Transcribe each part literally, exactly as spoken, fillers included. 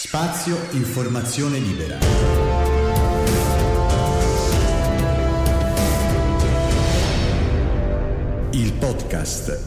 Spazio Informazione Libera. Il podcast.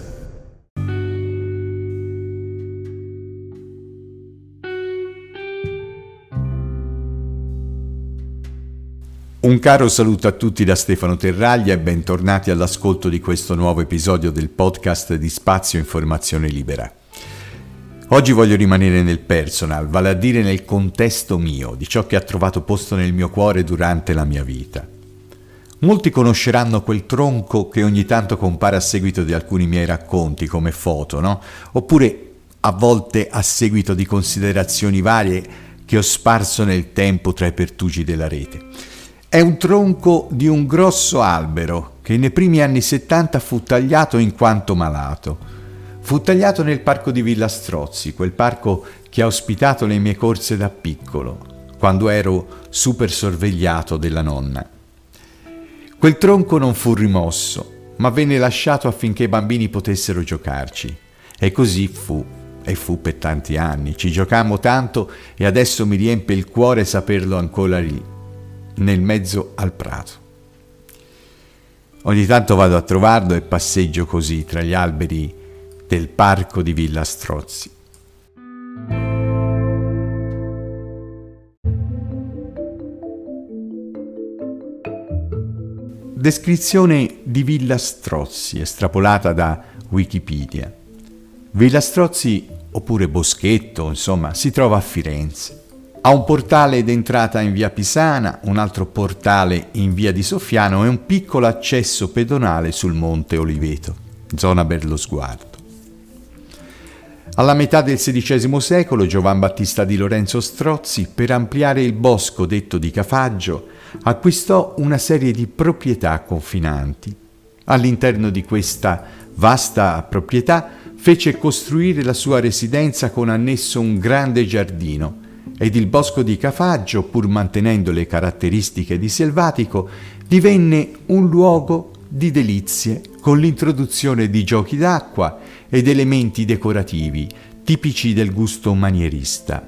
Un caro saluto a tutti da Stefano Terraglia e bentornati all'ascolto di questo nuovo episodio del podcast di Spazio Informazione Libera. Oggi voglio rimanere nel personal, vale a dire nel contesto mio, di ciò che ha trovato posto nel mio cuore durante la mia vita. Molti conosceranno quel tronco che ogni tanto compare a seguito di alcuni miei racconti, come foto, no? Oppure a volte a seguito di considerazioni varie che ho sparso nel tempo tra i pertugi della rete. È un tronco di un grosso albero che nei primi anni settanta fu tagliato in quanto malato. Fu tagliato nel parco di Villa Strozzi, quel parco che ha ospitato le mie corse da piccolo, quando ero super sorvegliato della nonna. Quel tronco non fu rimosso, ma venne lasciato affinché i bambini potessero giocarci. E così fu, e fu per tanti anni. Ci giocammo tanto e adesso mi riempie il cuore saperlo ancora lì, nel mezzo al prato. Ogni tanto vado a trovarlo e passeggio così tra gli alberi del parco di Villa Strozzi. Descrizione di Villa Strozzi estrapolata da Wikipedia. Villa Strozzi, oppure Boschetto, insomma, si trova a Firenze. Ha un portale d'entrata in via Pisana, un altro portale in via di Soffiano e un piccolo accesso pedonale sul Monte Oliveto, zona per lo sguardo. Alla metà del sedicesimo secolo Giovan Battista di Lorenzo Strozzi, per ampliare il bosco detto di Cafaggio, acquistò una serie di proprietà confinanti. All'interno di questa vasta proprietà fece costruire la sua residenza con annesso un grande giardino ed il bosco di Cafaggio, pur mantenendo le caratteristiche di selvatico, divenne un luogo di delizie con l'introduzione di giochi d'acqua ed elementi decorativi tipici del gusto manierista.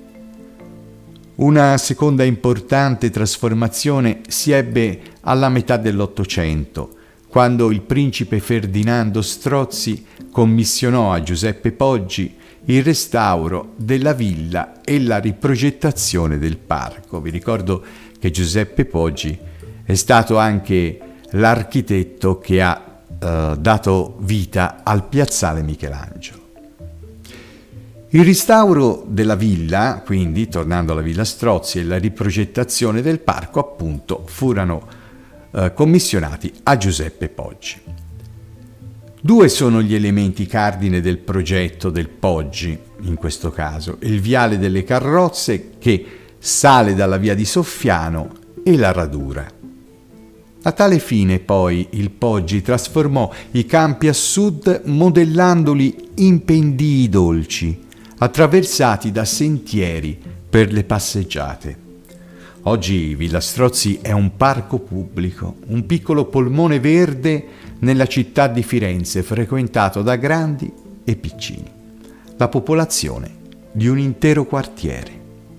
Una seconda importante trasformazione si ebbe alla metà dell'Ottocento, quando il principe Ferdinando Strozzi commissionò a Giuseppe Poggi il restauro della villa e la riprogettazione del parco. Vi ricordo che Giuseppe Poggi è stato anche l'architetto che ha uh, dato vita al piazzale Michelangelo. Il restauro della villa, quindi, tornando alla Villa Strozzi, e la riprogettazione del parco, appunto, furono uh, commissionati a Giuseppe Poggi. Due sono gli elementi cardine del progetto del Poggi, in questo caso, il viale delle carrozze che sale dalla via di Soffiano e la radura. A tale fine, poi, il Poggi trasformò i campi a sud modellandoli in pendii dolci, attraversati da sentieri per le passeggiate. Oggi Villa Strozzi è un parco pubblico, un piccolo polmone verde nella città di Firenze, frequentato da grandi e piccini. La popolazione di un intero quartiere.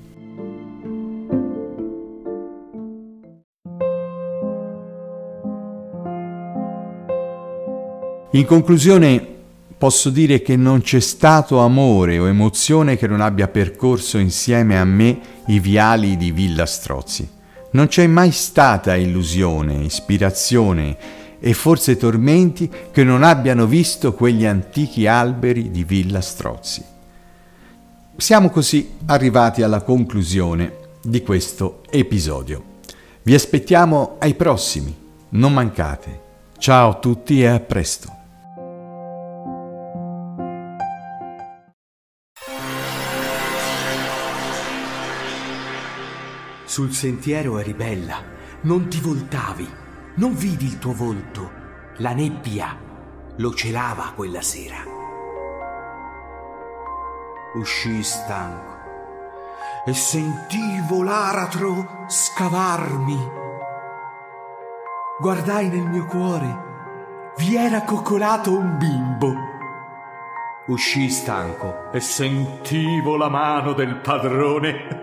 In conclusione, posso dire che non c'è stato amore o emozione che non abbia percorso insieme a me i viali di Villa Strozzi. Non c'è mai stata illusione, ispirazione e forse tormenti che non abbiano visto quegli antichi alberi di Villa Strozzi. Siamo così arrivati alla conclusione di questo episodio. Vi aspettiamo ai prossimi, non mancate. Ciao a tutti e a presto. Sul sentiero eri bella, non ti voltavi, non vidi il tuo volto, la nebbia lo celava quella sera. Uscii stanco e sentivo l'aratro scavarmi. Guardai nel mio cuore, vi era coccolato un bimbo. Uscii stanco e sentivo la mano del padrone.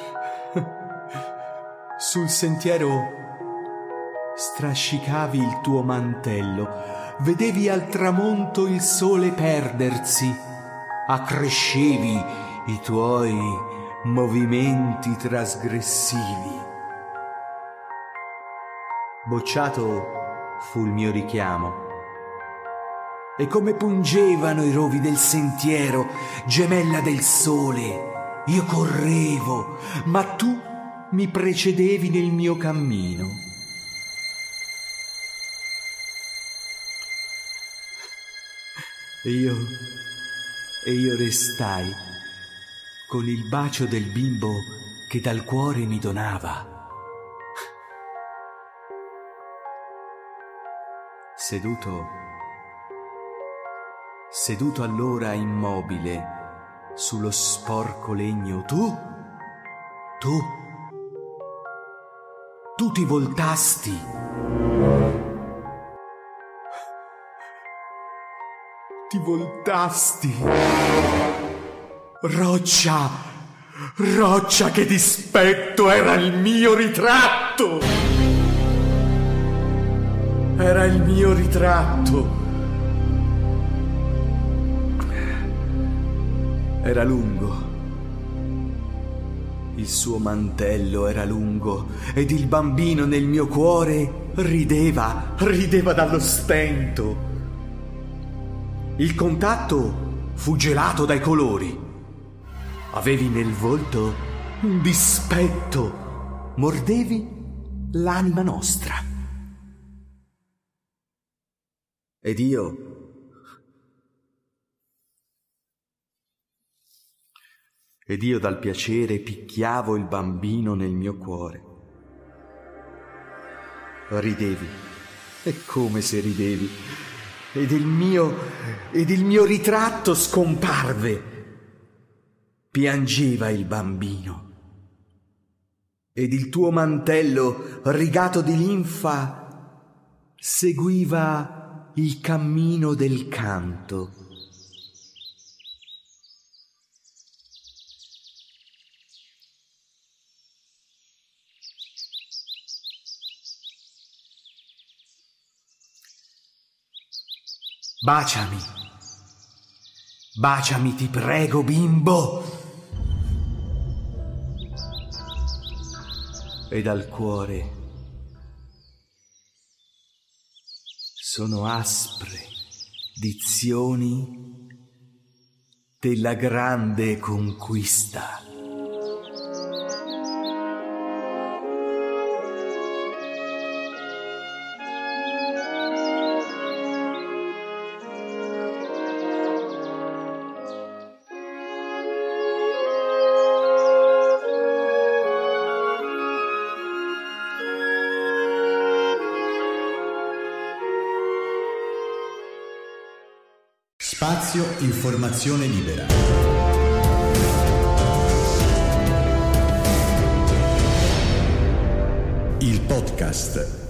Sul sentiero strascicavi il tuo mantello, vedevi al tramonto il sole perdersi, accrescevi i tuoi movimenti trasgressivi. Bocciato fu il mio richiamo, e come pungevano i rovi del sentiero, gemella del sole, io correvo, ma tu mi precedevi nel mio cammino. E io, e io restai con il bacio del bimbo che dal cuore mi donava. Seduto, seduto allora immobile sullo sporco legno, tu, tu, tu ti voltasti. Ti voltasti. Roccia, roccia, che dispetto, era il mio ritratto. Era il mio ritratto. Era lungo, il suo mantello era lungo, ed il bambino nel mio cuore rideva, rideva dallo stento. Il contatto fu gelato dai colori. Avevi nel volto un dispetto, mordevi l'anima nostra. Ed io Ed io dal piacere picchiavo il bambino nel mio cuore. Ridevi, e come se ridevi, ed il mio, ed il mio ritratto scomparve. Piangeva il bambino, ed il tuo mantello rigato di linfa seguiva il cammino del canto. Baciami, baciami, ti prego, bimbo. E dal cuore sono aspre dizioni della grande conquista. Spazio Informazione Libera. Il podcast.